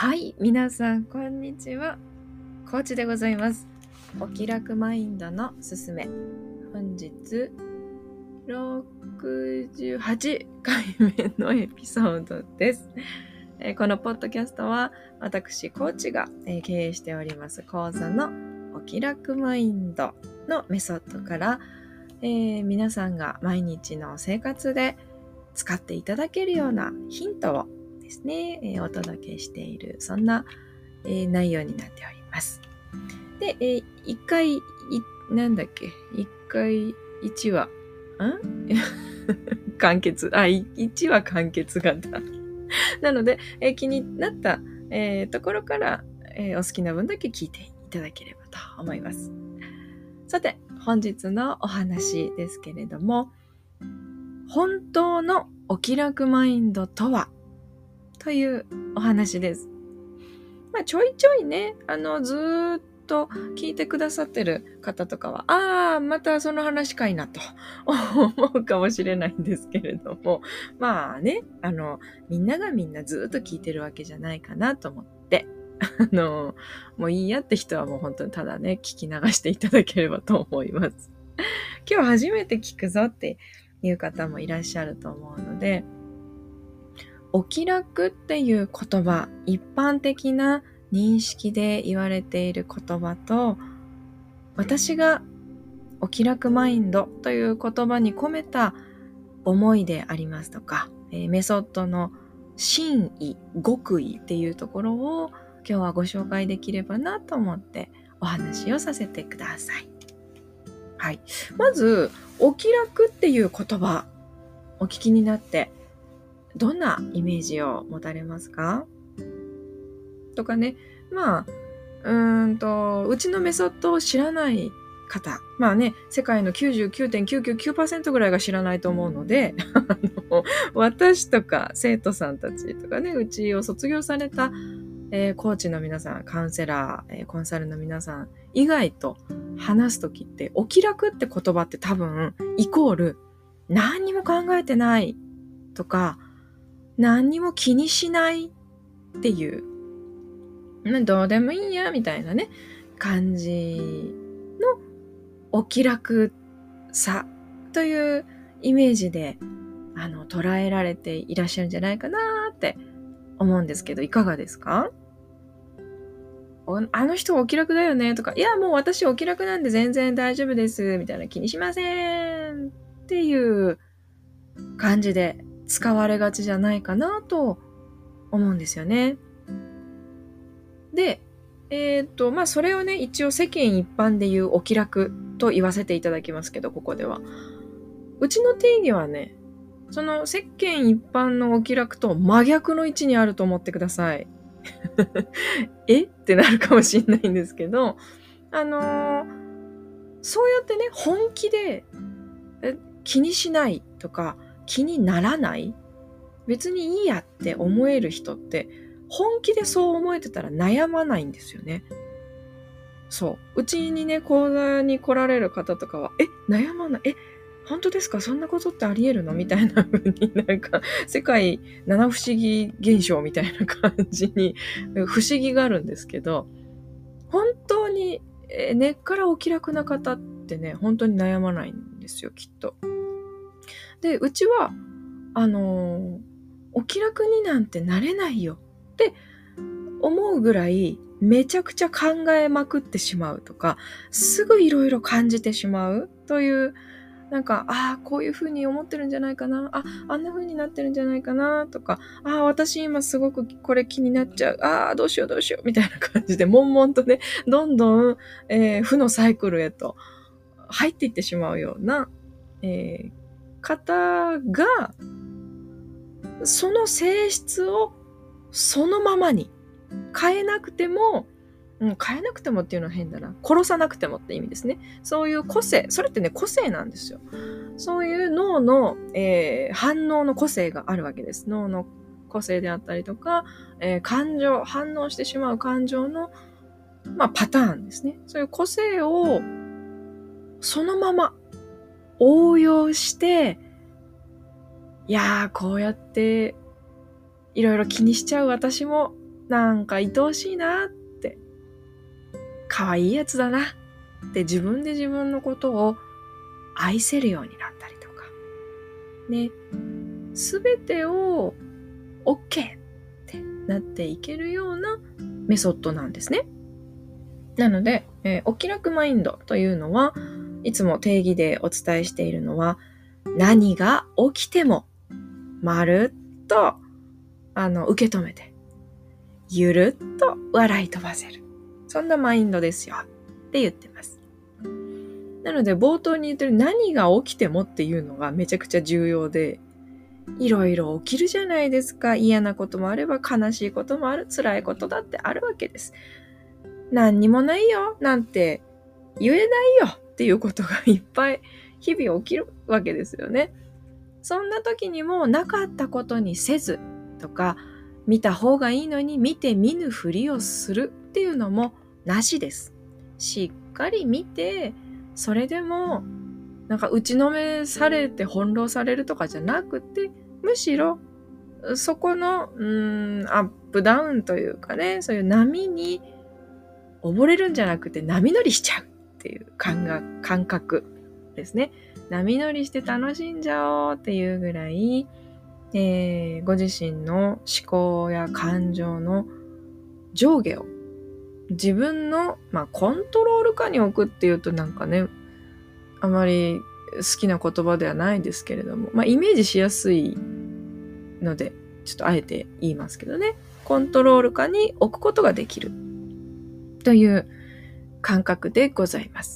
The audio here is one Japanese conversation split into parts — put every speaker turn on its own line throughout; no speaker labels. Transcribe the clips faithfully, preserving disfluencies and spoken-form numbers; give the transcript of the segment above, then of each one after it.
はい、皆さんこんにちは。コーチでございます。お気楽マインドのすすめ。本日ろくじゅうはちかいめのエピソードです。えー、このポッドキャストは私コーチが、えー、経営しております講座のお気楽マインドのメソッドから、えー、皆さんが毎日の生活で使っていただけるようなヒントをですね、えー、お届けしているそんな、えー、内容になっております。で、えー、いっかいいなんだっけいっかいいちわん完結あいちわ完結型なので、えー、気になった、えー、ところから、えー、お好きな分だけ聞いていただければと思います。さて、本日のお話ですけれども、本当のお気楽マインドとはというお話です。まあ、ちょいちょいね、あの、ずーっと聞いてくださってる方とかは、ああ、またその話かいなと思うかもしれないんですけれども、まあね、あの、みんながみんなずーっと聞いてるわけじゃないかなと思って、あの、もういいやって人はもう本当にただね、聞き流していただければと思います。今日初めて聞くぞっていう方もいらっしゃると思うので、お気楽っていう言葉、一般的な認識で言われている言葉と、私がお気楽マインドという言葉に込めた思いでありますとか、メソッドの真意、極意っていうところを今日はご紹介できればなと思ってお話をさせてください。はい。まず、お気楽っていう言葉、お聞きになってどんなイメージを持たれますか？とかね、まあ、うーんと、うちのメソッドを知らない方、まあね、世界の きゅうじゅうきゅうてんきゅうきゅうきゅうパーセント ぐらいが知らないと思うので、あの私とか生徒さんたちとかね、うちを卒業された、えー、コーチの皆さん、カウンセラー、えー、コンサルの皆さん以外と話すときって、お気楽って言葉って多分、イコール、何にも考えてないとか、何にも気にしないっていう、どうでもいいやみたいなね感じのお気楽さというイメージであの捉えられていらっしゃるんじゃないかなって思うんですけど、いかがですか？あの人お気楽だよねとか、いやもう私お気楽なんで全然大丈夫ですみたいな、気にしませんっていう感じで使われがちじゃないかなと思うんですよね。で、えっと、まあ、それをね、一応世間一般でいうお気楽と言わせていただきますけど、ここでは。うちの定義はね、その世間一般のお気楽と真逆の位置にあると思ってください。えってなるかもしれないんですけど、あのー、そうやってね、本気で気にしないとか気にならない、別にいいやって思える人って、本気でそう思えてたら悩まないんですよね。そう。うちにね、講座に来られる方とかは、え、悩まない、え、本当ですか？そんなことってあり得るの？みたいな風になんか、世界七不思議現象みたいな感じに、不思議があるんですけど、本当に、え根っからお気楽な方ってね、本当に悩まないんですよ、きっと。で、うちは、あのー、お気楽になんてなれないよって思うぐらいめちゃくちゃ考えまくってしまうとか、すぐいろいろ感じてしまうという、なんか、ああ、こういう風に思ってるんじゃないかな、あ、あんな風になってるんじゃないかなとか、ああ、私今すごくこれ気になっちゃう、ああ、どうしようどうしようみたいな感じで、悶々とね、どんどん、えー、負のサイクルへと入っていってしまうような、えー、方が、その性質をそのままに変えなくても、うん、変えなくてもっていうのは変だな。殺さなくてもって意味ですね。そういう個性、それってね、個性なんですよ。そういう脳の、えー、反応の個性があるわけです。脳の個性であったりとか、えー、感情、反応してしまう感情の、まあ、パターンですね。そういう個性をそのまま応用して、いやー、こうやっていろいろ気にしちゃう私もなんか愛おしいなって、可愛いやつだなって自分で自分のことを愛せるようになったりとかね、すべてを OK ってなっていけるようなメソッドなんですね。なので、えー、お気楽マインドというのはいつも定義でお伝えしているのは、何が起きてもまるっとあの受け止めて、ゆるっと笑い飛ばせる、そんなマインドですよって言ってます。なので冒頭に言ってる何が起きてもっていうのがめちゃくちゃ重要で、いろいろ起きるじゃないですか。嫌なこともあれば悲しいこともある、辛いことだってあるわけです。何にもないよなんて言えないよっていうことがいっぱい日々起きるわけですよね。そんな時にもなかったことにせずとか、見た方がいいのに見て見ぬふりをするっていうのもなしです。しっかり見て、それでもなんか打ちのめされて翻弄されるとかじゃなくて、むしろそこのうーんアップダウンというかね、そういう波に溺れるんじゃなくて波乗りしちゃうっていう感覚、感覚ですね。波乗りして楽しんじゃおうっていうぐらい、えー、ご自身の思考や感情の上下を自分の、まあ、コントロール下に置くっていうとなんかね、あまり好きな言葉ではないですけれども、まあ、イメージしやすいのでちょっとあえて言いますけどね、コントロール下に置くことができるという感覚でございます。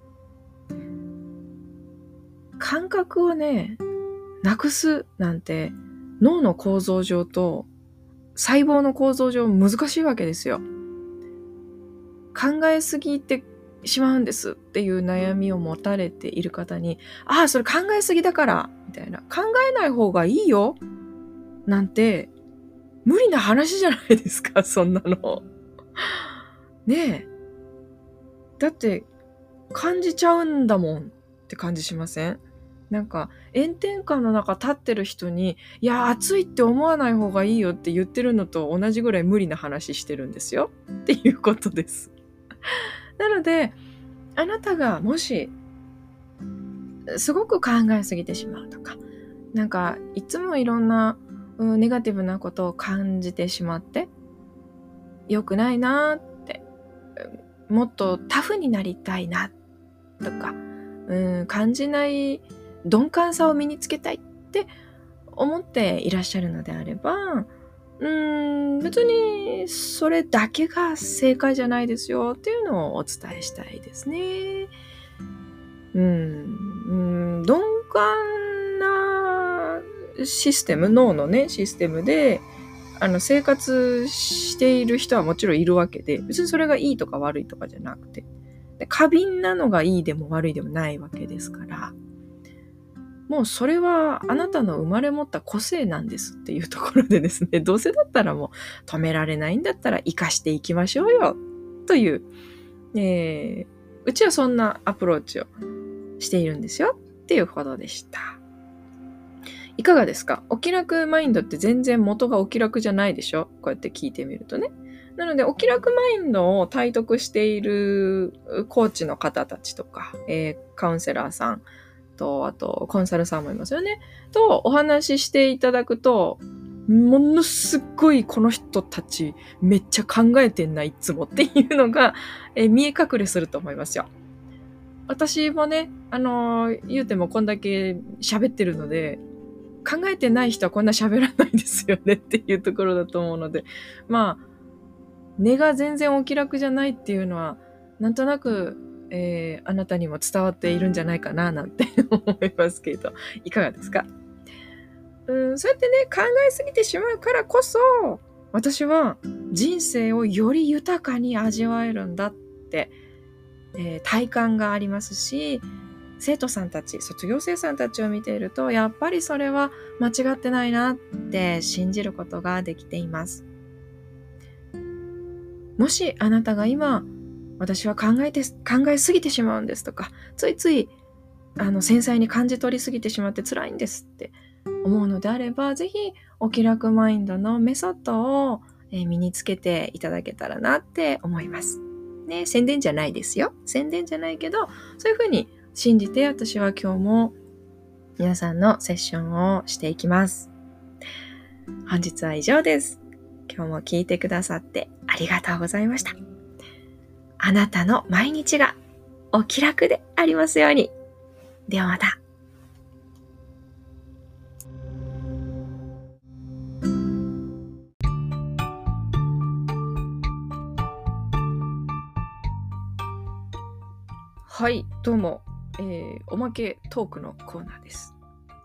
感覚をね、なくすなんて脳の構造上と細胞の構造上難しいわけですよ。考えすぎてしまうんですっていう悩みを持たれている方に、ああそれ考えすぎだからみたいな、考えない方がいいよなんて無理な話じゃないですか、そんなのねえ、だって感じちゃうんだもんって感じしません？なんか炎天下の中立ってる人に、いや暑いって思わない方がいいよって言ってるのと同じぐらい無理な話してるんですよっていうことですなのであなたがもしすごく考えすぎてしまうとか、なんかいつもいろんな、うん、ネガティブなことを感じてしまって良くないなって、もっとタフになりたいなとか、うん、感じない鈍感さを身につけたいって思っていらっしゃるのであれば、うーん、別にそれだけが正解じゃないですよっていうのをお伝えしたいですね。うん、うん、鈍感なシステム、脳のねシステムであの生活している人はもちろんいるわけで、別にそれがいいとか悪いとかじゃなくて、で過敏なのがいいでも悪いでもないわけですから、もうそれはあなたの生まれ持った個性なんですっていうところでですね、どうせだったらもう止められないんだったら生かしていきましょうよという、えー、うちはそんなアプローチをしているんですよっていうことでした。いかがですか？お気楽マインドって全然元がお気楽じゃないでしょ？こうやって聞いてみるとね。なのでお気楽マインドを体得しているコーチの方たちとか、えー、カウンセラーさんと、あとコンサルさんもいますよね。とお話ししていただくと、ものすごいこの人たちめっちゃ考えてんないつもっていうのが、えー、見え隠れすると思いますよ。私もね、あのー、言うてもこんだけ喋ってるので、考えてない人はこんな喋らないですよねっていうところだと思うので、まあ根が全然お気楽じゃないっていうのはなんとなく、えー、あなたにも伝わっているんじゃないかななんて思いますけど、いかがですか？うん、そうやってね考えすぎてしまうからこそ、私は人生をより豊かに味わえるんだって、えー、体感がありますし、生徒さんたち、卒業生さんたちを見ていると、やっぱりそれは間違ってないなって信じることができています。もしあなたが今、私は考えて、考えすぎてしまうんですとか、ついついあの繊細に感じ取りすぎてしまって辛いんですって思うのであれば、ぜひお気楽マインドのメソッドをえー身につけていただけたらなって思います。ね、宣伝じゃないですよ。宣伝じゃないけど、そういうふうに信じて私は今日も皆さんのセッションをしていきます。本日は以上です。今日も聞いてくださってありがとうございました。あなたの毎日がお気楽でありますように。ではまた。はい、どうも、えー、おまけトークのコーナーです。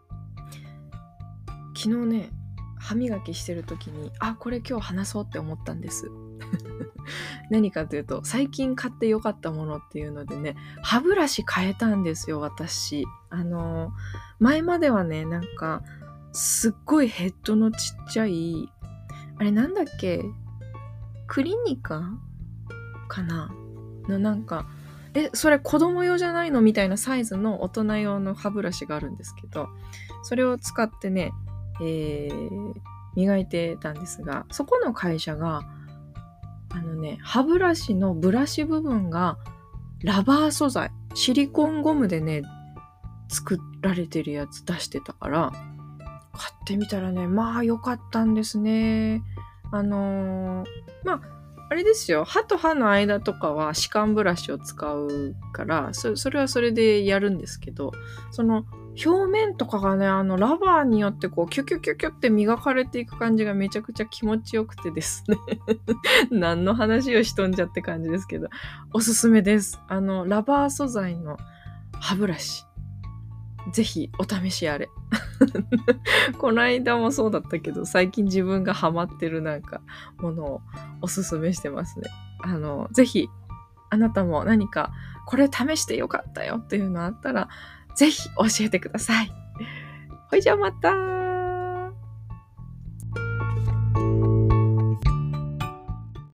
昨日ね、歯磨きしてる時に、あ、これ今日話そうって思ったんです。何かというと、最近買ってよかったものっていうのでね、歯ブラシ変えたんですよ、私。あの、前まではね、なんか、すっごいヘッドのちっちゃい、あれなんだっけ、クリニカかなのなんか、え、それ子供用じゃないのみたいなサイズの大人用の歯ブラシがあるんですけど、それを使ってね、えー、磨いてたんですが、そこの会社が、あのね、歯ブラシのブラシ部分がラバー素材、シリコンゴムでね、作られてるやつ出してたから、買ってみたらね、まあ良かったんですね。あのー、まあ、あれですよ、歯と歯の間とかは歯間ブラシを使うから、そ, それはそれでやるんですけど、その表面とかがね、あのラバーによってこうキュキュキュキュって磨かれていく感じがめちゃくちゃ気持ちよくてですね。何の話をしとんじゃって感じですけど、おすすめです。あの、ラバー素材の歯ブラシ。ぜひお試しあれ。この間もそうだったけど、最近自分がハマってるなんかものをおすすめしてますね。あの、ぜひあなたも何かこれ試してよかったよっていうのあったら、ぜひ教えてください。ほいじゃあまた。